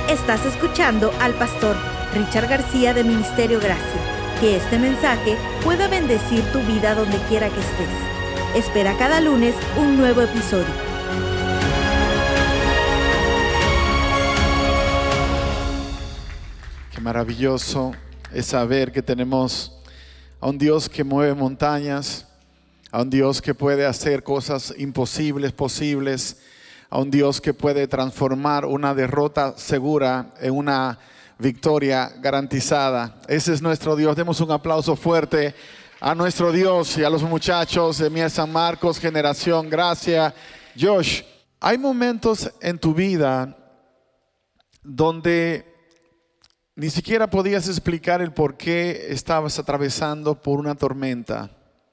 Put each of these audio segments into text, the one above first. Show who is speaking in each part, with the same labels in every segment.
Speaker 1: Estás escuchando al pastor Richard García de Ministerio Gracia. Que este mensaje pueda bendecir tu vida donde quiera que estés. Espera cada lunes un nuevo episodio.
Speaker 2: Qué maravilloso es saber que tenemos a un Dios que mueve montañas, a un Dios que puede hacer cosas imposibles posibles, a un Dios que puede transformar una derrota segura en una victoria garantizada. Ese es nuestro Dios. Demos un aplauso fuerte a nuestro Dios y a los muchachos de Miel San Marcos, Generación Gracia. Josh, hay momentos en tu vida donde ni siquiera podías explicar el por qué estabas atravesando por una tormenta,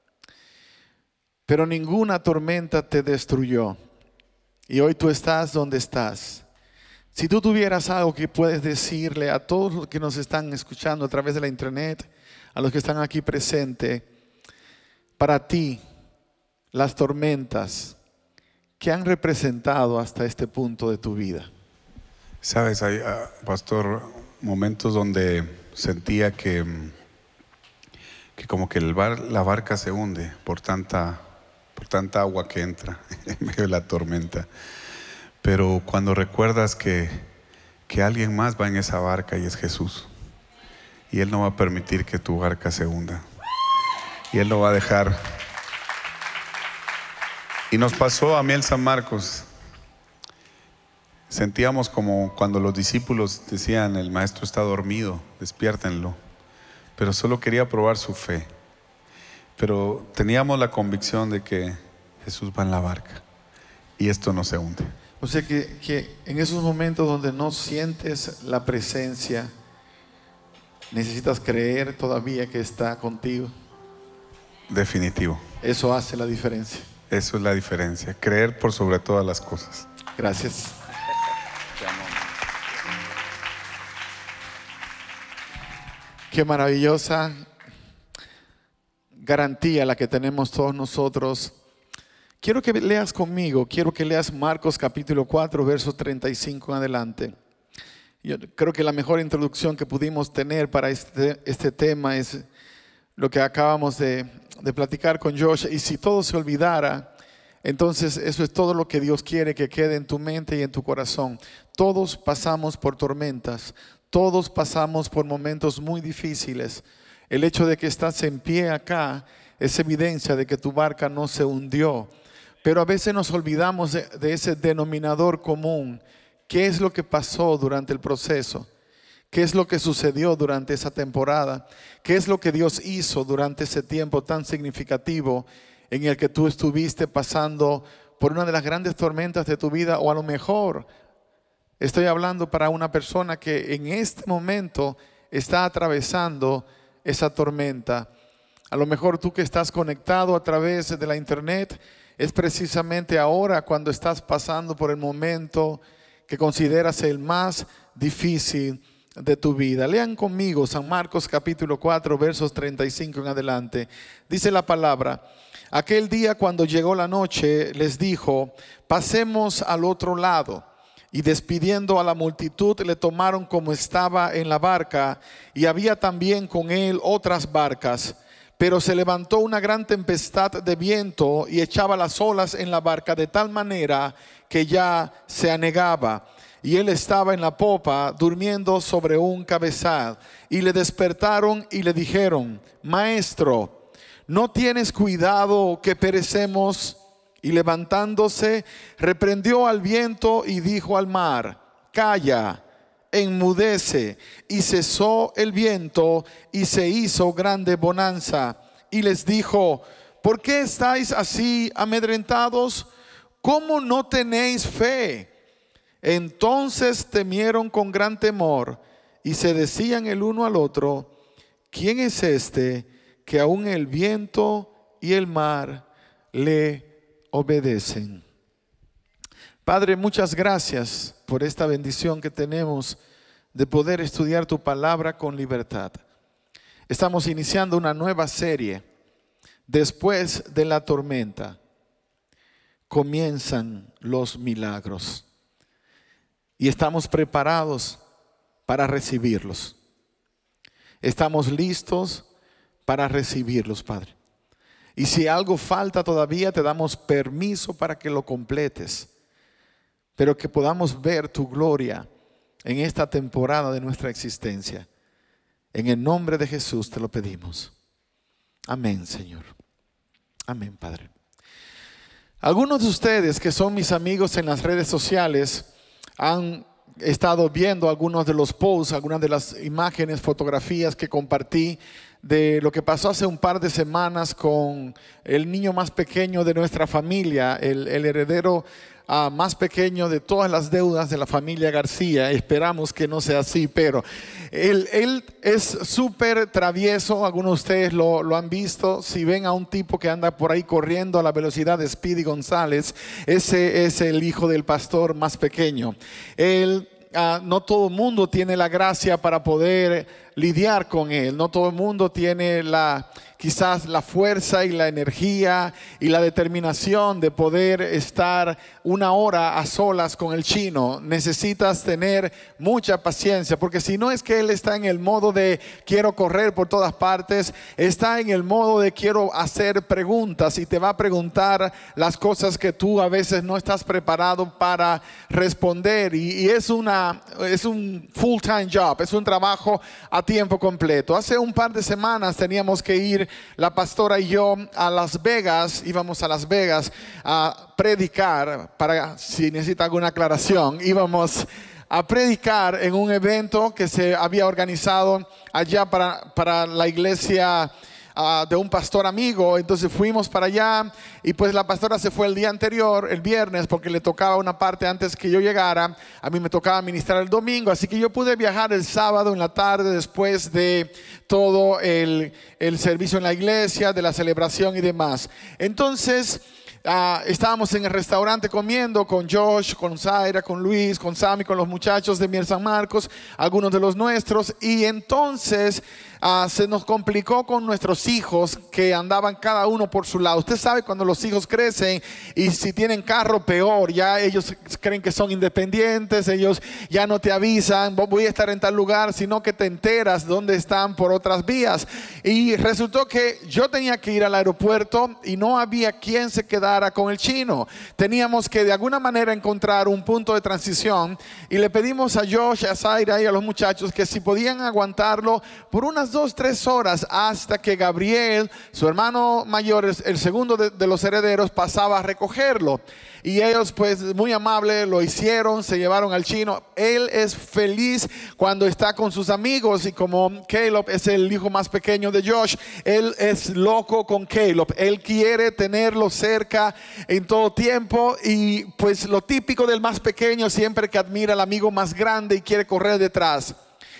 Speaker 2: pero ninguna tormenta te destruyó. Y hoy tú estás donde estás. Si tú tuvieras algo que puedes decirle a todos los que nos están escuchando a través de la internet, a los que están aquí presentes, para ti, las tormentas, ¿qué han representado hasta este punto de tu vida?
Speaker 3: Sabes, hay, pastor, momentos donde sentía que como que la barca se hunde por tanta agua que entra en medio de la tormenta. Pero cuando recuerdas que alguien más va en esa barca y es Jesús, y Él no va a permitir que tu barca se hunda, y Él no va a dejar. Y nos pasó a Miel San Marcos. Sentíamos como cuando los discípulos decían: el maestro está dormido, despiértenlo. Pero solo quería probar su fe. Pero teníamos la convicción de que Jesús va en la barca y esto no se hunde.
Speaker 2: O sea que en esos momentos donde no sientes la presencia, necesitas creer todavía que está contigo.
Speaker 3: Definitivo.
Speaker 2: Eso hace la diferencia.
Speaker 3: Eso es la diferencia. Creer por sobre todas las cosas.
Speaker 2: Gracias. Qué maravillosa garantía la que tenemos todos nosotros. Quiero que leas conmigo, quiero que leas Marcos capítulo 4, versos 35 en adelante. Yo creo que la mejor introducción que pudimos tener para este tema es lo que acabamos de platicar con Josh. Y si todo se olvidara, entonces eso es todo lo que Dios quiere que quede en tu mente y en tu corazón. Todos pasamos por tormentas, todos pasamos por momentos muy difíciles. El hecho de que estás en pie acá es evidencia de que tu barca no se hundió. Pero a veces nos olvidamos de ese denominador común. ¿Qué es lo que pasó durante el proceso? ¿Qué es lo que sucedió durante esa temporada? ¿Qué es lo que Dios hizo durante ese tiempo tan significativo en el que tú estuviste pasando por una de las grandes tormentas de tu vida? O a lo mejor estoy hablando para una persona que en este momento está atravesando esa tormenta. A lo mejor tú que estás conectado a través de la internet, es precisamente ahora cuando estás pasando por el momento que consideras el más difícil de tu vida. Lean conmigo San Marcos capítulo 4 versos 35 en adelante. Dice la palabra: aquel día cuando llegó la noche les dijo: pasemos al otro lado. Y despidiendo a la multitud le tomaron como estaba en la barca, y había también con él otras barcas. Pero se levantó una gran tempestad de viento y echaba las olas en la barca de tal manera que ya se anegaba. Y él estaba en la popa durmiendo sobre un cabezal. Y le despertaron y le dijeron: Maestro, ¿no tienes cuidado que perecemos? Y levantándose, reprendió al viento y dijo al mar: Calla, enmudece. Y cesó el viento y se hizo grande bonanza. Y les dijo: ¿por qué estáis así amedrentados? ¿Cómo no tenéis fe? Entonces temieron con gran temor y se decían el uno al otro: ¿quién es este que aún el viento y el mar le obedecen? Padre, muchas gracias por esta bendición que tenemos de poder estudiar tu palabra con libertad. Estamos iniciando una nueva serie. Después de la tormenta comienzan los milagros. y estamos preparados para recibirlos. Estamos listos para recibirlos, Padre. Y si algo falta todavía, te damos permiso para que lo completes. Pero que podamos ver tu gloria en esta temporada de nuestra existencia. En el nombre de Jesús te lo pedimos. Amén, Señor. Amén, Padre. Algunos de ustedes que son mis amigos en las redes sociales han estado viendo algunos de los posts, algunas de las imágenes, fotografías que compartí de lo que pasó hace un par de semanas con el niño más pequeño de nuestra familia, el heredero más pequeño de todas las deudas de la familia García. Esperamos que no sea así, pero él es súper travieso. Algunos de ustedes lo han visto. Si ven a un tipo que anda por ahí corriendo a la velocidad de Speedy González, ese es el hijo del pastor más pequeño. No todo el mundo tiene la gracia para poder lidiar con él. No todo el mundo tiene quizás la fuerza y la energía y la determinación de poder estar una hora a solas con el chino. Necesitas tener mucha paciencia, porque si no es que él está en el modo de quiero correr por todas partes, está en el modo de quiero hacer preguntas, y te va a preguntar las cosas que tú a veces no estás preparado para responder. Y es un full-time job, es un trabajo a tiempo completo. Hace un par de semanas teníamos que ir la pastora y yo a Las Vegas. Íbamos a Las Vegas a predicar. Para si necesita alguna aclaración, íbamos a predicar en un evento que se había organizado allá para la iglesia de un pastor amigo. Entonces fuimos para allá, y pues la pastora se fue el día anterior, el viernes, porque le tocaba una parte antes que yo llegara. A mí me tocaba ministrar el domingo, así que yo pude viajar el sábado en la tarde, después de todo el servicio en la iglesia, de la celebración y demás. Entonces estábamos en el restaurante comiendo con Josh, con Zaira, con Luis, con Sammy, con los muchachos de Mier San Marcos, algunos de los nuestros. Y entonces se nos complicó con nuestros hijos, que andaban cada uno por su lado. Usted sabe, cuando los hijos crecen y si tienen carro, peor. Ya ellos creen que son independientes, ellos ya no te avisan, voy a estar en tal lugar, sino que te enteras dónde están por otras vías. Y resultó que yo tenía que ir al aeropuerto y no había quien se quedara con el chino. Teníamos que de alguna manera encontrar un punto de transición, y le pedimos a Josh, a Zaira y a los muchachos que si podían aguantarlo por unas 2-3 horas hasta que Gabriel, su hermano mayor, el segundo de los herederos, pasaba a recogerlo. Y ellos, pues muy amables, lo hicieron, se llevaron al chino. Él es feliz cuando está con sus amigos, y como Caleb es el hijo más pequeño de Josh, él es loco con Caleb. Él quiere tenerlo cerca en todo tiempo, y pues lo típico del más pequeño, siempre que admira al amigo más grande y quiere correr detrás.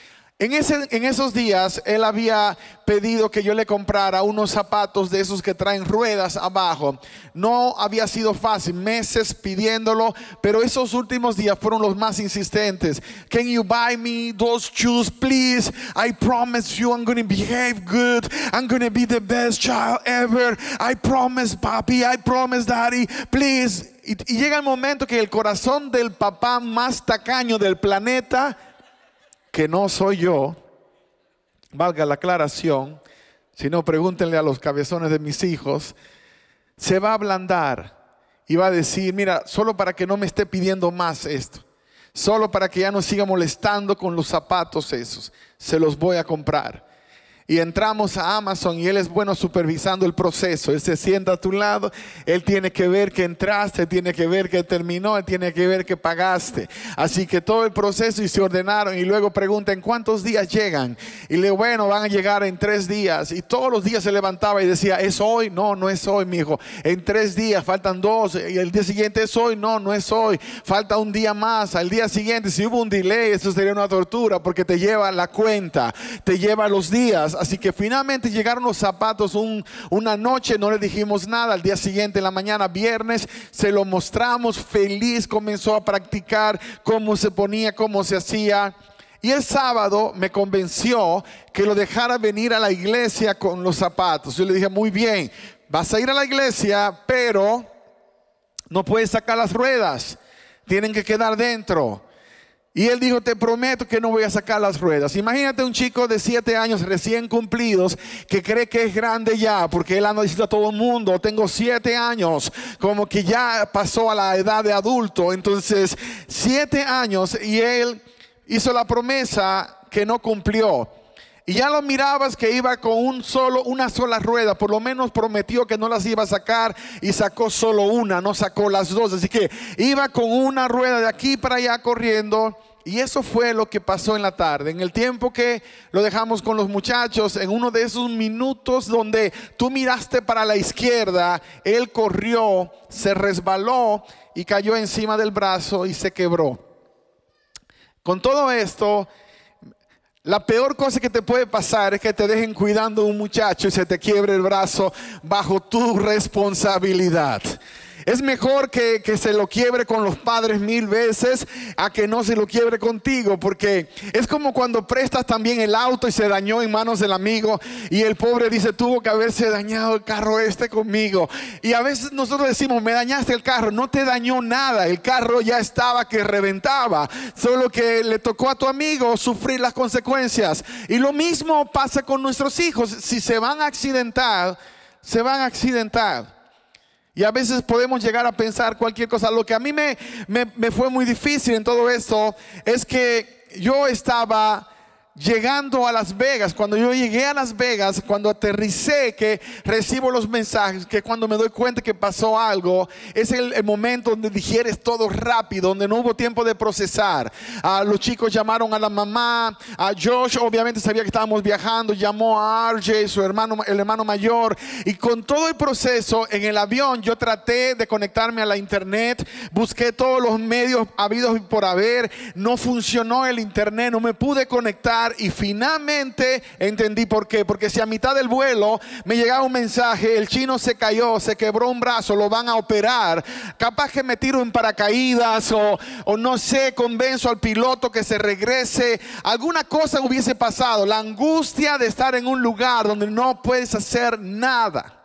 Speaker 2: En esos días él había pedido que yo le comprara unos zapatos de esos que traen ruedas abajo. No había sido fácil, meses pidiéndolo, pero esos últimos días fueron los más insistentes. Can you buy me those shoes, please? I promise you I'm going to behave good. I'm going to be the best child ever. I promise, papi. I promise, daddy. Please. Y llega el momento que el corazón del papá más tacaño del planeta, que no soy yo, valga la aclaración, si no pregúntenle a los cabezones de mis hijos, se va a ablandar y va a decir, mira, solo para que no me esté pidiendo más esto, solo para que ya no siga molestando con los zapatos esos, se los voy a comprar. Y entramos a Amazon, y él es bueno supervisando el proceso. Él se sienta a tu lado, él tiene que ver que entraste, tiene que ver que terminó, él tiene que ver que pagaste. Así que todo el proceso, y se ordenaron, y luego preguntan ¿cuántos días llegan? Y le digo, bueno, van a llegar en 3 días. Y todos los días se levantaba y decía, ¿es hoy? No, no es hoy, mi hijo. En 3 días, faltan 2. Y el día siguiente, ¿es hoy? No, no es hoy. Falta un día más. Al día siguiente, si hubo un delay, eso sería una tortura, porque te lleva la cuenta, te lleva los días. Así que finalmente llegaron los zapatos una noche, no le dijimos nada. Al día siguiente, en la mañana, viernes, se lo mostramos. Feliz, comenzó a practicar cómo se ponía, cómo se hacía. Y el sábado me convenció que lo dejara venir a la iglesia con los zapatos. Yo le dije, muy bien, vas a ir a la iglesia, pero no puedes sacar las ruedas, tienen que quedar dentro. Y él dijo, te prometo que no voy a sacar las ruedas. Imagínate un chico de 7 años recién cumplidos que cree que es grande ya, porque él anda diciendo a todo el mundo, tengo 7 años, como que ya pasó a la edad de adulto. Entonces 7 años y él hizo la promesa que no cumplió. Y ya lo mirabas que iba con una sola rueda. Por lo menos prometió que no las iba a sacar y sacó solo una, no sacó las dos. Así que iba con una rueda de aquí para allá corriendo. Y eso fue lo que pasó en la tarde. En el tiempo que lo dejamos con los muchachos, en uno de esos minutos donde tú miraste para la izquierda, él corrió, se resbaló y cayó encima del brazo y se quebró. Con todo esto, la peor cosa que te puede pasar es que te dejen cuidando a un muchacho y se te quiebre el brazo bajo tu responsabilidad. Es mejor que se lo quiebre con los padres 1000 veces a que no se lo quiebre contigo, porque es como cuando prestas también el auto y se dañó en manos del amigo y el pobre dice, tuvo que haberse dañado el carro conmigo. Y a veces nosotros decimos, me dañaste el carro. No te dañó nada, el carro ya estaba que reventaba, solo que le tocó a tu amigo sufrir las consecuencias. Y lo mismo pasa con nuestros hijos. Si se van a accidentar, se van a accidentar. Y a veces podemos llegar a pensar cualquier cosa. Lo que a mí me fue muy difícil en todo esto es que yo estaba llegando a Las Vegas. Cuando yo llegué a Las Vegas, cuando aterricé, que recibo los mensajes, que cuando me doy cuenta que pasó algo, es el momento donde digieres todo rápido, donde no hubo tiempo de procesar. Los chicos llamaron a la mamá, a Josh obviamente sabía que estábamos viajando, llamó a RJ, su hermano, el hermano mayor, y con todo el proceso en el avión yo traté de conectarme a la internet, busqué todos los medios habidos y por haber, no funcionó el internet, no me pude conectar. Y finalmente entendí por qué. Porque si a mitad del vuelo me llegaba un mensaje, el chino se cayó, se quebró un brazo, lo van a operar, capaz que me tiro en paracaídas o no sé, convenzo al piloto que se regrese, alguna cosa hubiese pasado. La angustia de estar en un lugar donde no puedes hacer nada,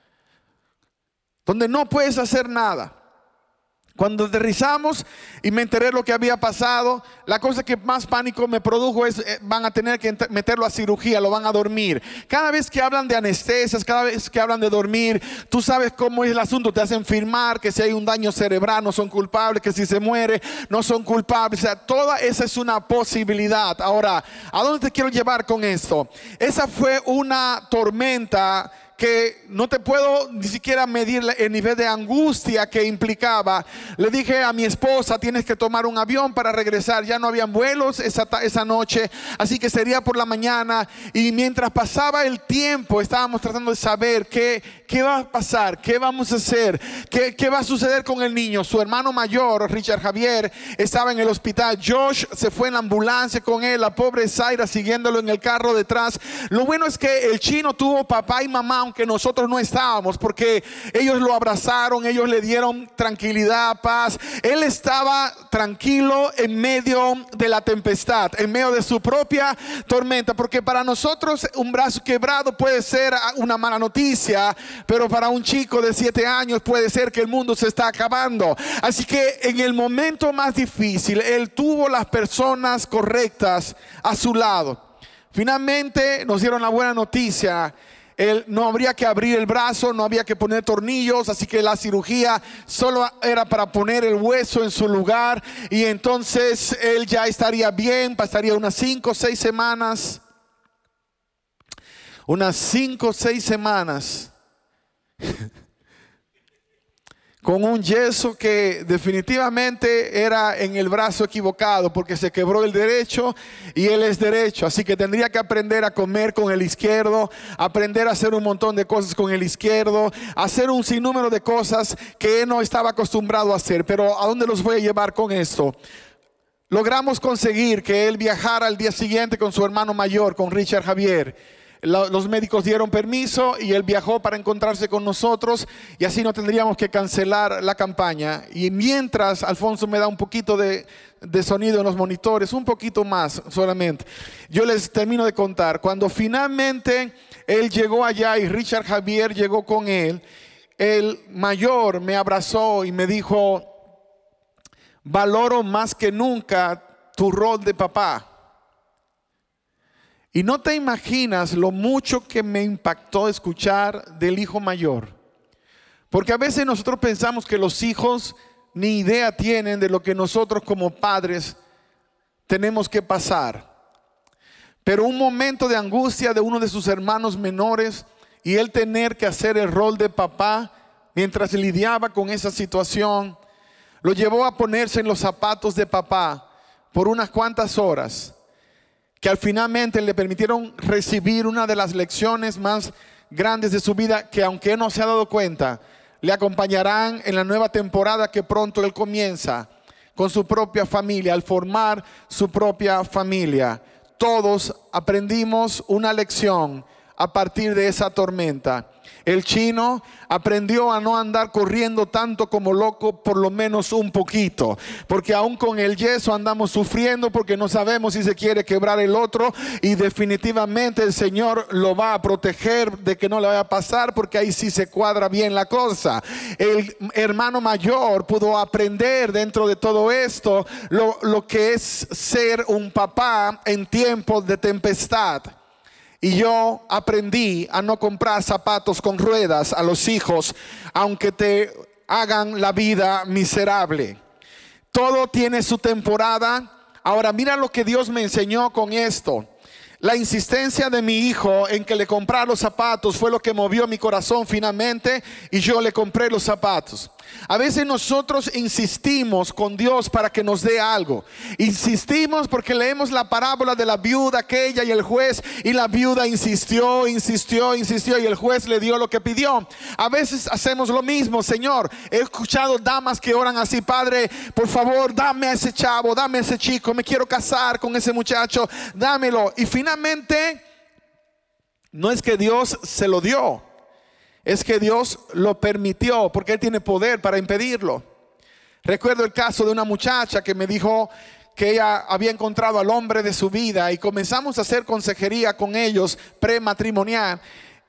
Speaker 2: donde no puedes hacer nada. Cuando aterrizamos y me enteré lo que había pasado, la cosa que más pánico me produjo es van a tener que meterlo a cirugía, lo van a dormir. Cada vez que hablan de anestesias, cada vez que hablan de dormir, tú sabes cómo es el asunto. Te hacen firmar que si hay un daño cerebral no son culpables, que si se muere no son culpables. O sea, toda esa es una posibilidad. Ahora, ¿a dónde te quiero llevar con esto? Esa fue una tormenta que no te puedo ni siquiera medir el nivel de angustia que implicaba. Le dije a mi esposa, tienes que tomar un avión para regresar. Ya no habían vuelos esa noche, así que sería por la mañana. Y mientras pasaba el tiempo, estábamos tratando de saber qué va a pasar, qué vamos a hacer, qué va a suceder con el niño. Su hermano mayor, Richard Javier, estaba en el hospital. Josh se fue en la ambulancia con él, la pobre Zaira siguiéndolo en el carro detrás. Lo bueno es que el chino tuvo papá y mamá, aunque nosotros no estábamos, porque ellos lo abrazaron, ellos le dieron tranquilidad, paz. Él estaba tranquilo en medio de la tempestad, en medio de su propia tormenta, porque para nosotros un brazo quebrado puede ser una mala noticia, pero para un chico de 7 años puede ser que el mundo se está acabando. Así que en el momento más difícil, él tuvo las personas correctas a su lado. Finalmente nos dieron la buena noticia. Él no habría que abrir el brazo, no había que poner tornillos, así que la cirugía solo era para poner el hueso en su lugar. Y entonces él ya estaría bien, pasaría unas 5 o 6 semanas. Unas 5 o 6 semanas con un yeso que definitivamente era en el brazo equivocado, porque se quebró el derecho y él es derecho, así que tendría que aprender a comer con el izquierdo, aprender a hacer un montón de cosas con el izquierdo, hacer un sinnúmero de cosas que él no estaba acostumbrado a hacer. Pero ¿a dónde los voy a llevar con esto? Logramos conseguir que él viajara al día siguiente con su hermano mayor, con Richard Javier. Los médicos dieron permiso y él viajó para encontrarse con nosotros, y así no tendríamos que cancelar la campaña. Y mientras Alfonso me da un poquito de sonido en los monitores, un poquito más solamente, yo les termino de contar. Cuando finalmente él llegó allá y Richard Javier llegó con él, el mayor me abrazó y me dijo: valoro más que nunca tu rol de papá. Y no te imaginas lo mucho que me impactó escuchar del hijo mayor. Porque a veces nosotros pensamos que los hijos ni idea tienen de lo que nosotros como padres tenemos que pasar. Pero un momento de angustia de uno de sus hermanos menores y él tener que hacer el rol de papá mientras lidiaba con esa situación, lo llevó a ponerse en los zapatos de papá por unas cuantas horas, que al finalmente le permitieron recibir una de las lecciones más grandes de su vida, que aunque él no se ha dado cuenta, le acompañarán en la nueva temporada que pronto él comienza con su propia familia, al formar su propia familia. Todos aprendimos una lección a partir de esa tormenta. El chino aprendió a no andar corriendo tanto como loco, por lo menos un poquito, porque aún con el yeso andamos sufriendo porque no sabemos si se quiere quebrar el otro, y definitivamente el Señor lo va a proteger de que no le vaya a pasar, porque ahí sí se cuadra bien la cosa. El hermano mayor pudo aprender dentro de todo esto lo que es ser un papá en tiempos de tempestad. Y yo aprendí a no comprar zapatos con ruedas a los hijos, aunque te hagan la vida miserable. Todo tiene su temporada. Ahora mira lo que Dios me enseñó con esto. La insistencia de mi hijo en que le comprara los zapatos fue lo que movió mi corazón finalmente, y yo le compré los zapatos. A veces nosotros insistimos con Dios para que nos dé algo. Insistimos porque leemos la parábola de la viuda aquella y el juez, y la viuda insistió y el juez le dio lo que pidió. A veces hacemos lo mismo. Señor, he escuchado damas que oran así: Padre, por favor, dame a ese chavo, dame a ese chico, me quiero casar con ese muchacho, dámelo. Y finalmente no es que Dios se lo dio, es que Dios lo permitió, porque Él tiene poder para impedirlo. Recuerdo el caso de una muchacha que me dijo que ella había encontrado al hombre de su vida, y comenzamos a hacer consejería con ellos prematrimonial.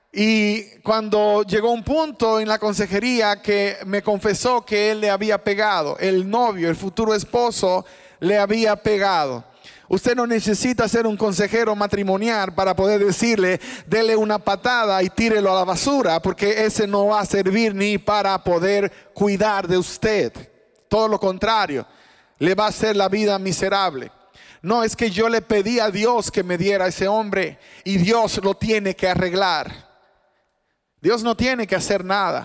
Speaker 2: Y cuando llegó un punto en la consejería que me confesó que él le había pegado, el novio, el futuro esposo, le había pegado. Usted no necesita ser un consejero matrimonial para poder decirle: dele una patada y tírelo a la basura, porque ese no va a servir ni para poder cuidar de usted. Todo lo contrario, le va a hacer la vida miserable. No, es que yo le pedí a Dios que me diera ese hombre, y Dios lo tiene que arreglar. Dios no tiene que hacer nada.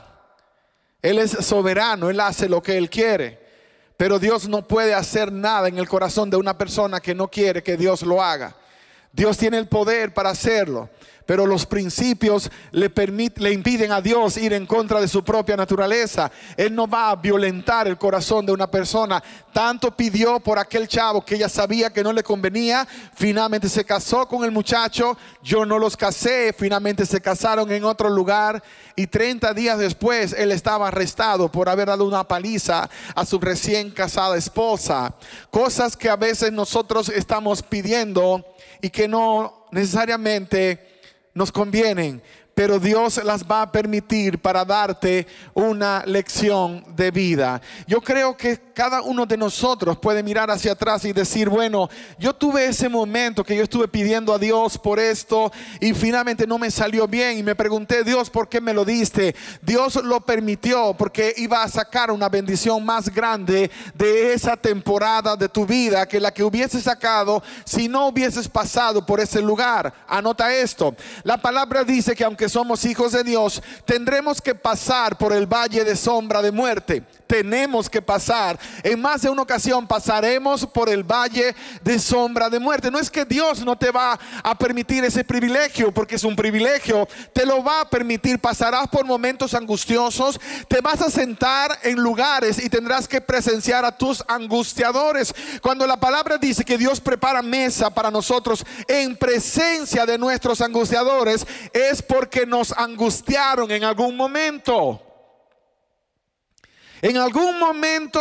Speaker 2: Él es soberano, Él hace lo que Él quiere. Pero Dios no puede hacer nada en el corazón de una persona que no quiere que Dios lo haga. Dios tiene el poder para hacerlo, pero los principios le impiden a Dios ir en contra de su propia naturaleza. Él no va a violentar el corazón de una persona. Tanto pidió por aquel chavo que ella sabía que no le convenía. Finalmente se casó con el muchacho. Yo no los casé. Finalmente se casaron en otro lugar. Y 30 días después él estaba arrestado por haber dado una paliza a su recién casada esposa. Cosas que a veces nosotros estamos pidiendo y que no necesariamente nos convienen, pero Dios las va a permitir para darte una lección de vida. Yo creo que cada uno de nosotros puede mirar hacia atrás y decir: bueno, yo tuve ese momento que yo estuve pidiendo a Dios por esto y finalmente no me salió bien, y me pregunté: Dios, ¿por qué me lo diste? Dios lo permitió porque iba a sacar una bendición más grande de esa temporada de tu vida que la que hubieses sacado si no hubieses pasado por ese lugar. Anota esto: la palabra dice que aunque somos hijos de Dios, tendremos que pasar por el valle de sombra de muerte. Tenemos que pasar. En más de una ocasión pasaremos por el valle de sombra de muerte. No es que Dios no te va a permitir ese privilegio, porque es un privilegio. Te lo va a permitir. Pasarás por momentos angustiosos. Te vas a sentar en lugares y tendrás que presenciar a tus angustiadores. Cuando la palabra dice que Dios prepara mesa para nosotros en presencia de nuestros angustiadores, es porque nos angustiaron en algún momento. En algún momento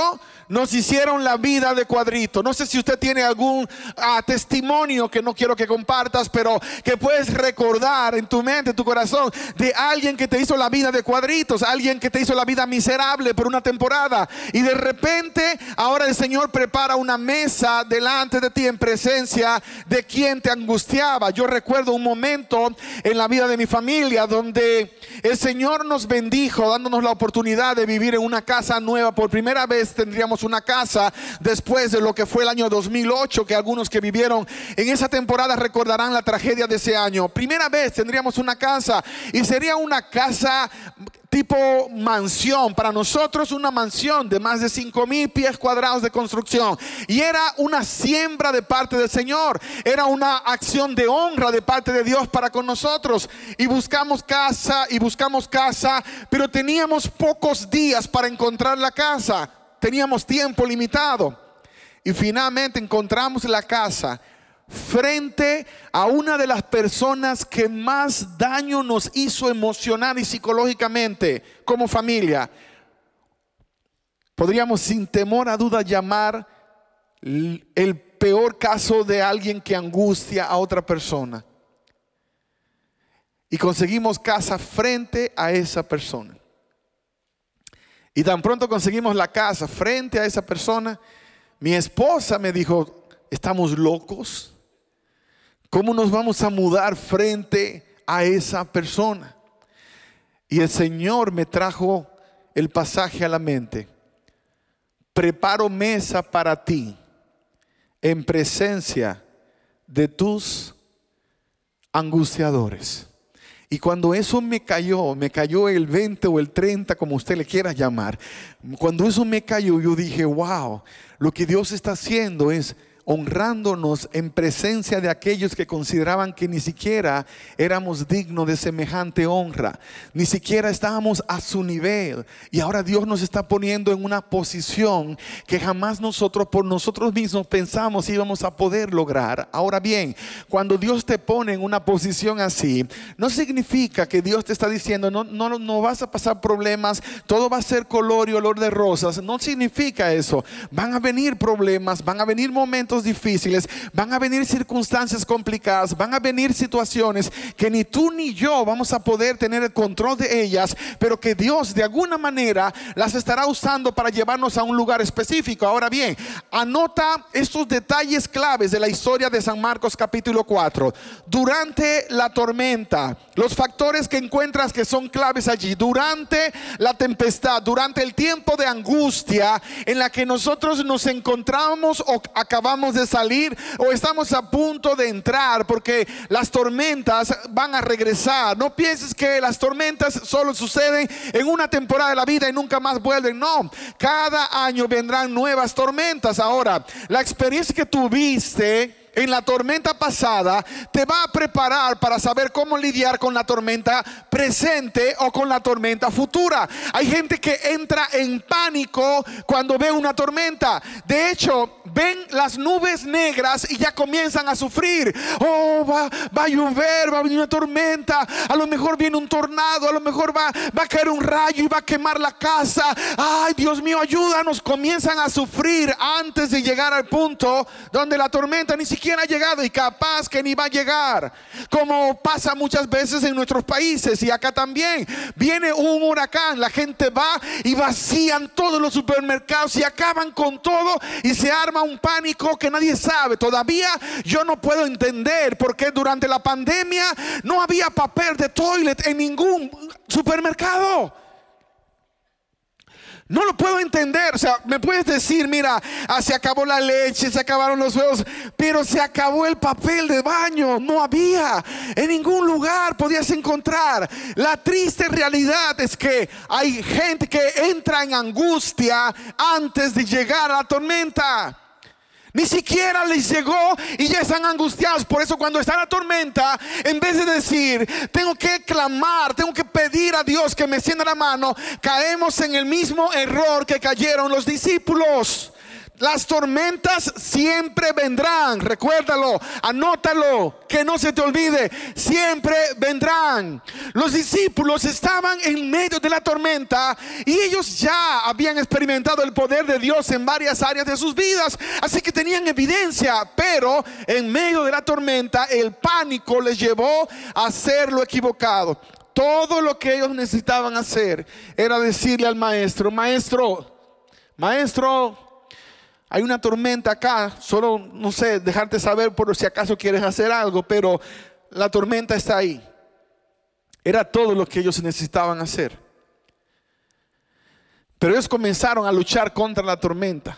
Speaker 2: nos hicieron la vida de cuadrito. No sé si usted tiene algún testimonio que no quiero que compartas, pero que puedes recordar en tu mente, en tu corazón, de alguien que te hizo la vida de cuadritos, alguien que te hizo la vida miserable por una temporada, y de repente ahora el Señor prepara una mesa delante de ti en presencia de quien te angustiaba. Yo recuerdo un momento en la vida de mi familia donde el Señor nos bendijo dándonos la oportunidad de vivir en una casa nueva. Por primera vez tendríamos una casa después de lo que fue el año 2008, que algunos que vivieron en esa temporada recordarán la tragedia de ese año. Primera vez tendríamos una casa, y sería una casa tipo mansión. Para nosotros una mansión de más de 5,000 pies cuadrados de construcción, y era una siembra de parte del Señor, era una acción de honra de parte de Dios para con nosotros. Y buscamos casa, pero teníamos pocos días para encontrar la casa, teníamos tiempo limitado, y finalmente encontramos la casa frente a una de las personas que más daño nos hizo emocional y psicológicamente como familia. Podríamos sin temor a duda llamar el peor caso de alguien que angustia a otra persona. Y conseguimos casa frente a esa persona. Y tan pronto conseguimos la casa frente a esa persona, mi esposa me dijo: ¿estamos locos? ¿Cómo nos vamos a mudar frente a esa persona? Y el Señor me trajo el pasaje a la mente: preparo mesa para ti en presencia de tus angustiadores. Y cuando eso me cayó el 20 o el 30, como usted le quiera llamar. Cuando eso me cayó, yo dije: wow, lo que Dios está haciendo es honrándonos en presencia de aquellos que consideraban que ni siquiera éramos dignos de semejante honra, ni siquiera estábamos a su nivel. Y ahora Dios nos está poniendo en una posición que jamás nosotros por nosotros mismos pensamos íbamos a poder lograr. Ahora bien, cuando Dios te pone en una posición así, no significa que Dios te está diciendo no vas a pasar problemas, todo va a ser color y olor de rosas. No significa eso. Van a venir problemas, van a venir momentos difíciles, van a venir circunstancias complicadas, van a venir situaciones que ni tú ni yo vamos a poder tener el control de ellas, pero que Dios de alguna manera las estará usando para llevarnos a un lugar específico. Ahora bien, anota estos detalles claves de la historia de San Marcos capítulo 4. Durante la tormenta, los factores que encuentras que son claves allí: durante la tempestad, durante el tiempo de angustia en la que nosotros nos encontramos o acabamos de salir o estamos a punto de entrar, porque las tormentas van a regresar. No pienses que las tormentas solo suceden en una temporada de la vida y nunca más vuelven. No, cada año vendrán nuevas tormentas. Ahora, la experiencia que tuviste en la tormenta pasada te va a preparar para saber cómo lidiar con la tormenta presente o con la tormenta futura. Hay gente que entra en pánico cuando ve una tormenta. De hecho, ven las nubes negras y ya comienzan a sufrir. Oh, va a llover, va a venir una tormenta, a lo mejor viene un tornado, a lo mejor va a caer un rayo y va a quemar la casa. Ay, Dios mío, ayúdanos. Comienzan a sufrir antes de llegar al punto donde la tormenta ni siquiera ha llegado, y capaz que ni va a llegar, como pasa muchas veces en nuestros países. Y acá también viene un huracán, la gente va y vacían todos los supermercados y acaban con todo, y se arma un pánico que nadie sabe. Todavía yo no puedo entender por qué durante la pandemia no había papel de toilet en ningún supermercado. No lo puedo entender. O sea, me puedes decir: mira, se acabó la leche, se acabaron los huevos, pero se acabó el papel de baño. No había, en ningún lugar podías encontrar. La triste realidad es que hay gente que entra en angustia antes de llegar a la tormenta. Ni siquiera les llegó y ya están angustiados. Por eso cuando está la tormenta, en vez de decir: tengo que clamar, tengo que pedir a Dios que me extienda la mano, caemos en el mismo error que cayeron los discípulos. Las tormentas siempre vendrán. Recuérdalo, anótalo, que no se te olvide. Siempre vendrán. Los discípulos estaban en medio de la tormenta y ellos ya habían experimentado el poder de Dios en varias áreas de sus vidas, así que tenían evidencia. Pero en medio de la tormenta el pánico les llevó a hacer lo equivocado. Todo lo que ellos necesitaban hacer era decirle al maestro: Maestro, hay una tormenta acá. Solo, no sé, dejarte saber por si acaso quieres hacer algo, pero la tormenta está ahí. Era todo lo que ellos necesitaban hacer. Pero ellos comenzaron a luchar contra la tormenta.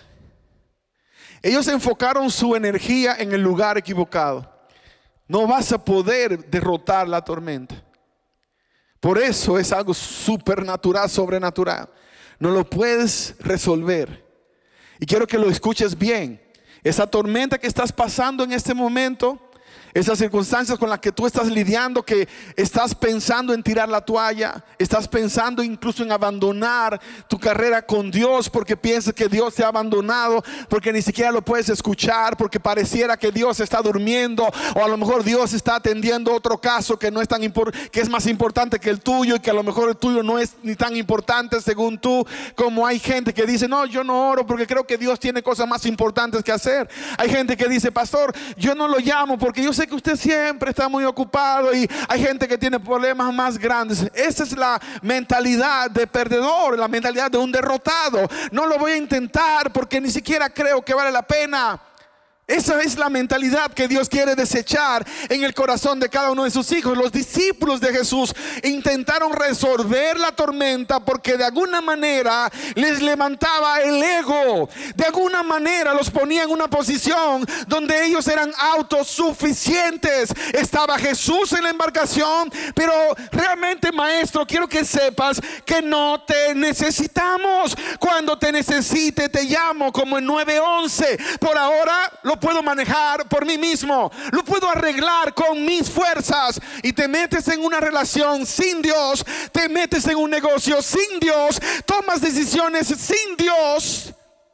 Speaker 2: Ellos enfocaron su energía en el lugar equivocado. No vas a poder derrotar la tormenta. Por eso es algo supernatural, sobrenatural. No lo puedes resolver. Y quiero que lo escuches bien. Esa tormenta que estás pasando en este momento, esas circunstancias con las que tú estás lidiando, que estás pensando en tirar la toalla, estás pensando incluso en abandonar tu carrera con Dios porque piensas que Dios te ha abandonado, porque ni siquiera lo puedes escuchar, porque pareciera que Dios está durmiendo, o a lo mejor Dios está atendiendo otro caso que no es tan que es más importante que el tuyo, y que a lo mejor el tuyo no es ni tan importante según tú. Como hay gente que dice: no, yo no oro porque creo que Dios tiene cosas más importantes que hacer. Hay gente que dice: pastor, yo no lo llamo porque yo sé que usted siempre está muy ocupado. Y hay gente que tiene problemas más grandes. Esa es la mentalidad de perdedor, la mentalidad de un derrotado. No lo voy a intentar porque ni siquiera creo que vale la pena. Esa es la mentalidad que Dios quiere desechar en el corazón de cada uno de sus hijos. Los discípulos de Jesús intentaron resolver la tormenta porque de alguna manera les levantaba el ego. De alguna manera los ponía en una posición donde ellos eran autosuficientes. Estaba Jesús en la embarcación, pero realmente, maestro, quiero que sepas que no te necesitamos. Cuando te necesite te llamo, como en 911. Por ahora lo puedo manejar por mí mismo, lo puedo arreglar con mis fuerzas. Y te metes en una relación sin Dios, te metes en un negocio sin Dios, tomas decisiones sin Dios,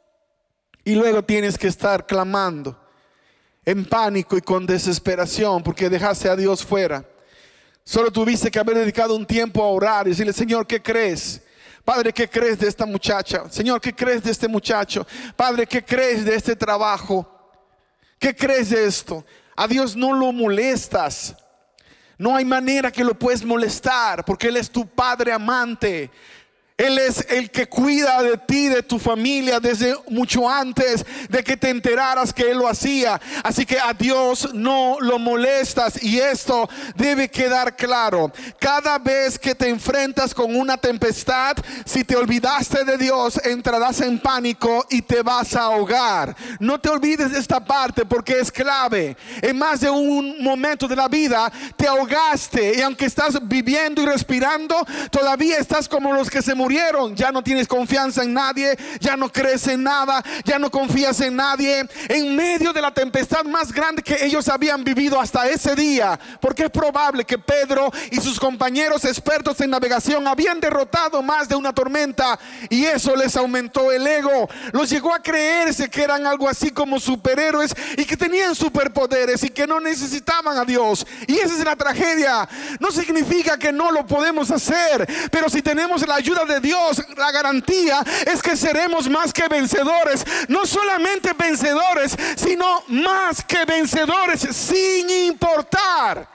Speaker 2: y luego tienes que estar clamando en pánico y con desesperación porque dejaste a Dios fuera. Solo tuviste que haber dedicado un tiempo a orar y decirle: Señor, ¿qué crees? Padre, ¿qué crees de esta muchacha? Señor, ¿qué crees de este muchacho? Padre, ¿qué crees de este trabajo? ¿Qué crees de esto? A Dios no lo molestas. No hay manera que lo puedes molestar, porque Él es tu Padre amante. Él es el que cuida de ti, de tu familia, desde mucho antes de que te enteraras que Él lo hacía. Así que a Dios no lo molestas, y esto debe quedar claro. Cada vez que te enfrentas con una tempestad, si te olvidaste de Dios, entrarás en pánico y te vas a ahogar. No te olvides de esta parte porque es clave. En más de un momento de la vida te ahogaste, y aunque estás viviendo y respirando, todavía estás como los que se murieron. Ya no tienes confianza en nadie, ya no crees en nada, ya no confías en nadie. En medio de la tempestad más grande que ellos habían vivido hasta ese día, porque es probable que Pedro y sus compañeros expertos en navegación habían derrotado más de una tormenta, y eso les aumentó el ego. Los llegó a creerse que eran algo así como superhéroes y que tenían superpoderes y que no necesitaban a Dios. Y esa es la tragedia. No significa que no lo podemos hacer, pero si tenemos la ayuda de Dios, la garantía es que seremos más que vencedores. No solamente vencedores, sino más que vencedores, sin importar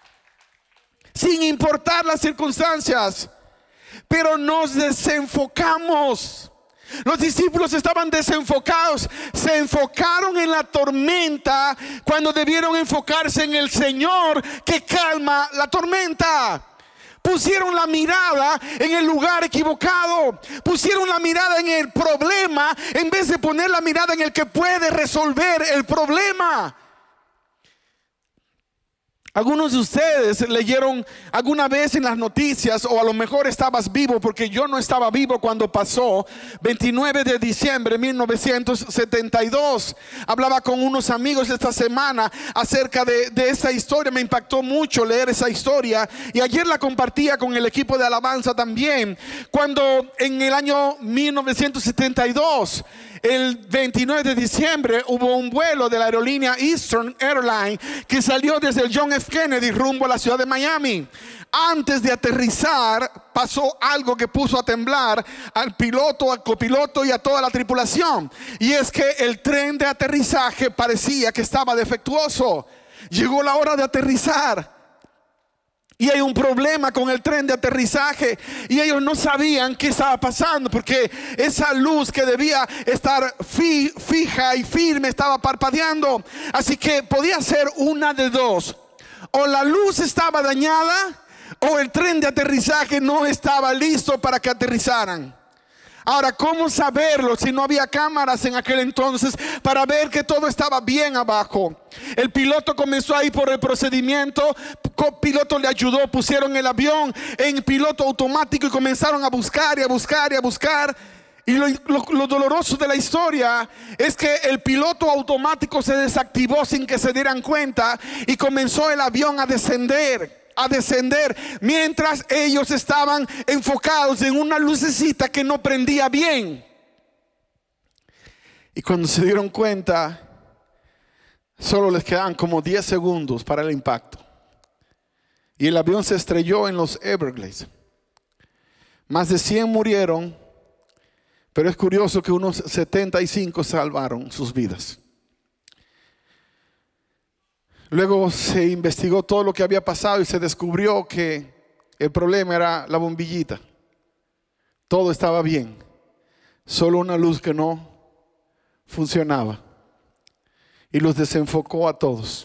Speaker 2: las circunstancias. Pero nos desenfocamos. Los discípulos estaban desenfocados. Se enfocaron en la tormenta cuando debieron enfocarse en el Señor que calma la tormenta. Pusieron la mirada en el lugar equivocado. Pusieron la mirada en el problema en vez de poner la mirada en el que puede resolver el problema. Algunos de ustedes leyeron alguna vez en las noticias, o a lo mejor estabas vivo, porque yo no estaba vivo cuando pasó. 29 de diciembre de 1972. Hablaba con unos amigos esta semana acerca de esa historia. Me impactó mucho leer esa historia, y ayer la compartía con el equipo de alabanza también. Cuando en el año 1972 el 29 de diciembre hubo un vuelo de la aerolínea Eastern Airlines que salió desde el John F. Kennedy rumbo a la ciudad de Miami. Antes de aterrizar pasó algo que puso a temblar al piloto, al copiloto y a toda la tripulación. Y es que el tren de aterrizaje parecía que estaba defectuoso. Llegó la hora de aterrizar y hay un problema con el tren de aterrizaje y ellos no sabían qué estaba pasando, porque esa luz que debía estar fija y firme estaba parpadeando. Así que podía ser una de dos: o la luz estaba dañada o el tren de aterrizaje no estaba listo para que aterrizaran. Ahora, ¿cómo saberlo si no había cámaras en aquel entonces para ver que todo estaba bien abajo? El piloto comenzó a ir por el procedimiento, copiloto le ayudó, pusieron el avión en piloto automático y comenzaron a buscar y a buscar y a buscar. Y lo doloroso de la historia es que el piloto automático se desactivó sin que se dieran cuenta y comenzó el avión a descender mientras ellos estaban enfocados en una lucecita que no prendía bien. Y cuando se dieron cuenta, solo les quedaban como 10 segundos para el impacto. Y el avión se estrelló en los Everglades. Más de 100 murieron, pero es curioso que unos 75 salvaron sus vidas. Luego se investigó todo lo que había pasado y se descubrió que el problema era la bombillita. Todo estaba bien, solo una luz que no funcionaba y los desenfocó a todos.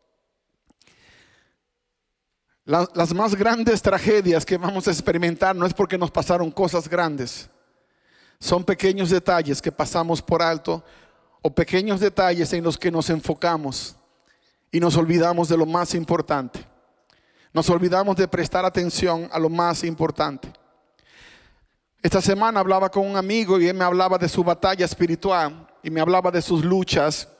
Speaker 2: Las más grandes tragedias que vamos a experimentar no es porque nos pasaron cosas grandes, son pequeños detalles que pasamos por alto o pequeños detalles en los que nos enfocamos y nos olvidamos de lo más importante. Nos olvidamos de prestar atención a lo más importante. Esta semana hablaba con un amigo y él me hablaba de su batalla espiritual y me hablaba de sus luchas.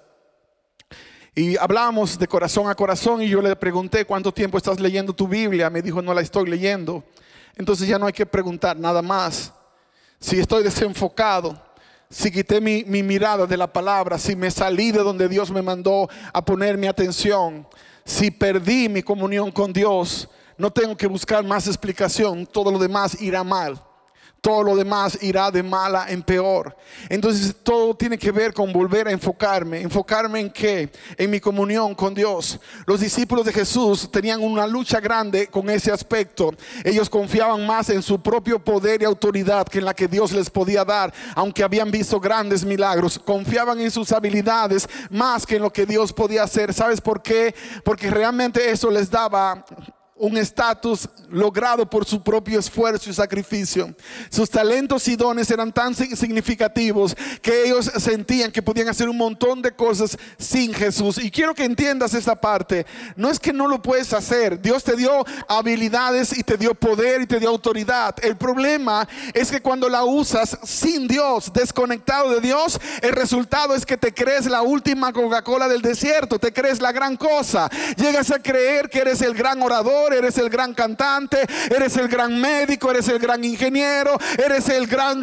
Speaker 2: Y hablábamos de corazón a corazón y yo le pregunté: ¿cuánto tiempo estás leyendo tu Biblia? Me dijo: no la estoy leyendo. Entonces ya no hay que preguntar nada más. Si estoy desenfocado, si quité mi mirada de la palabra, si me salí de donde Dios me mandó a poner mi atención, si perdí mi comunión con Dios, no tengo que buscar más explicación. Todo lo demás irá mal. Todo lo demás irá de mala en peor. Entonces todo tiene que ver con volver a enfocarme. ¿Enfocarme en qué? En mi comunión con Dios. Los discípulos de Jesús tenían una lucha grande con ese aspecto. Ellos confiaban más en su propio poder y autoridad que en la que Dios les podía dar, aunque habían visto grandes milagros. Confiaban en sus habilidades más que en lo que Dios podía hacer. ¿Sabes por qué? Porque realmente eso les daba un estatus logrado por su propio esfuerzo y sacrificio. Sus talentos y dones eran tan significativos que ellos sentían que podían hacer un montón de cosas sin Jesús. Y quiero que entiendas esta parte. No es que no lo puedes hacer. Dios te dio habilidades y te dio poder y te dio autoridad. El problema es que cuando la usas sin Dios, desconectado de Dios, el resultado es que te crees la última Coca-Cola del desierto. Te crees la gran cosa. Llegas a creer que eres el gran orador, eres el gran cantante, eres el gran médico, eres el gran ingeniero, eres el gran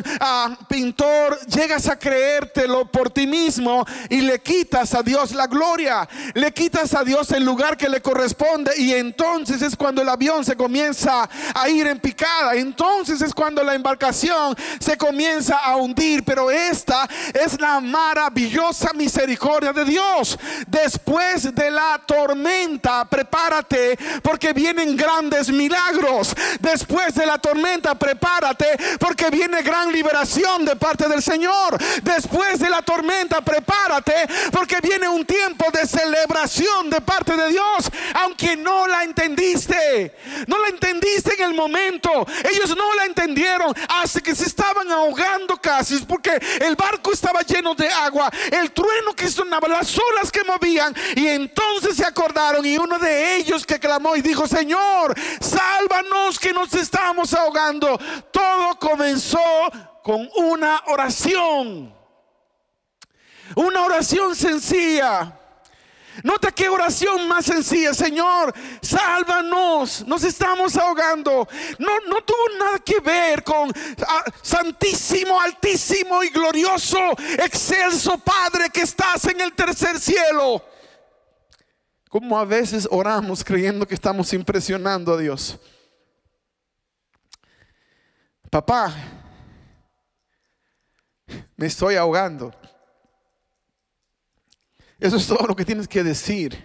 Speaker 2: pintor. Llegas a creértelo por ti mismo y le quitas a Dios la gloria, le quitas a Dios el lugar que le corresponde, y entonces es cuando el avión se comienza a ir en picada. Entonces es cuando la embarcación se comienza a hundir. Pero esta es la maravillosa misericordia de Dios. Después de la tormenta, prepárate, porque vienen grandes milagros. Después de la tormenta, prepárate, porque viene gran liberación de parte del Señor. Después de la tormenta, prepárate, porque viene un tiempo de celebración de parte de Dios. Aunque no la entendiste, no la entendiste en el momento. Ellos no la entendieron hasta que se estaban ahogando casi, porque el barco estaba lleno de agua, el trueno que sonaba, las olas que movían. Y entonces se acordaron, y uno de ellos que clamó y dijo: Señor, sálvanos, que nos estamos ahogando. Todo comenzó con una oración sencilla. Nota qué oración más sencilla. Señor, sálvanos, nos estamos ahogando. No tuvo nada que ver con Santísimo, Altísimo y Glorioso, Excelso Padre que estás en el tercer cielo. Como a veces oramos creyendo que estamos impresionando a Dios. Papá, me estoy ahogando. Eso es todo lo que tienes que decir.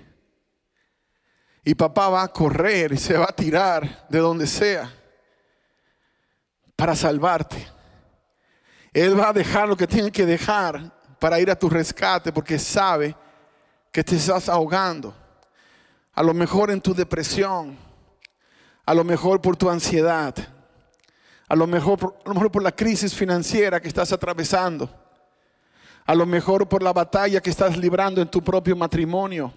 Speaker 2: Y papá va a correr y se va a tirar de donde sea para salvarte. Él va a dejar lo que tiene que dejar para ir a tu rescate, porque sabe que te estás ahogando. A lo mejor en tu depresión, a lo mejor por tu ansiedad, a lo mejor por la crisis financiera que estás atravesando, a lo mejor por la batalla que estás librando en tu propio matrimonio,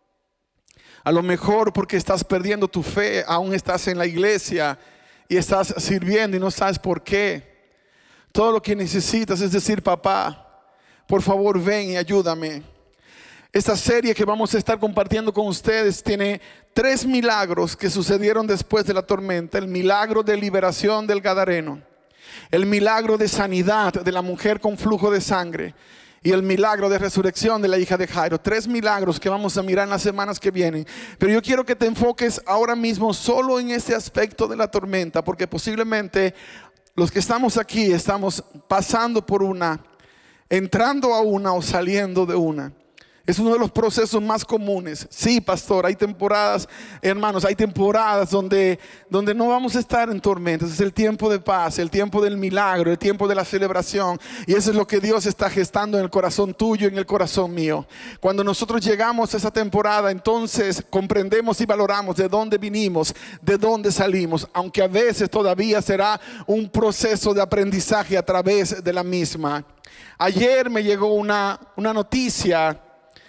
Speaker 2: a lo mejor porque estás perdiendo tu fe, aún estás en la iglesia y estás sirviendo y no sabes por qué. Todo lo que necesitas es decir: papá, por favor ven y ayúdame. Esta serie que vamos a estar compartiendo con ustedes tiene 3 milagros que sucedieron después de la tormenta. El milagro de liberación del gadareno, el milagro de sanidad de la mujer con flujo de sangre y el milagro de resurrección de la hija de Jairo. 3 milagros que vamos a mirar en las semanas que vienen. Pero yo quiero que te enfoques ahora mismo solo en este aspecto de la tormenta, porque posiblemente los que estamos aquí estamos pasando por una, entrando a una o saliendo de una. Es uno de los procesos más comunes. Sí, pastor, hay temporadas, hermanos, hay temporadas donde no vamos a estar en tormentas. Es el tiempo de paz, el tiempo del milagro, el tiempo de la celebración. Y eso es lo que Dios está gestando en el corazón tuyo y en el corazón mío. Cuando nosotros llegamos a esa temporada, entonces comprendemos y valoramos de dónde vinimos, de dónde salimos. Aunque a veces todavía será un proceso de aprendizaje a través de la misma. Ayer me llegó una noticia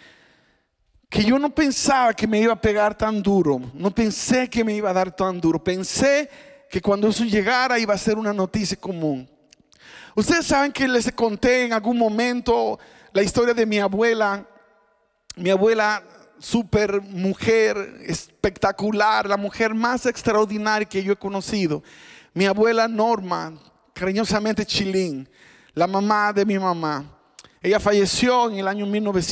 Speaker 2: que yo no pensaba que me iba a pegar tan duro. No pensé que me iba a dar tan duro. Pensé que cuando eso llegara iba a ser una noticia común. Ustedes saben que les conté en algún momento la historia de mi abuela. Mi abuela, super mujer, espectacular, la mujer más extraordinaria que yo he conocido. Mi abuela Norma, cariñosamente Chilín, la mamá de mi mamá. Ella falleció en el año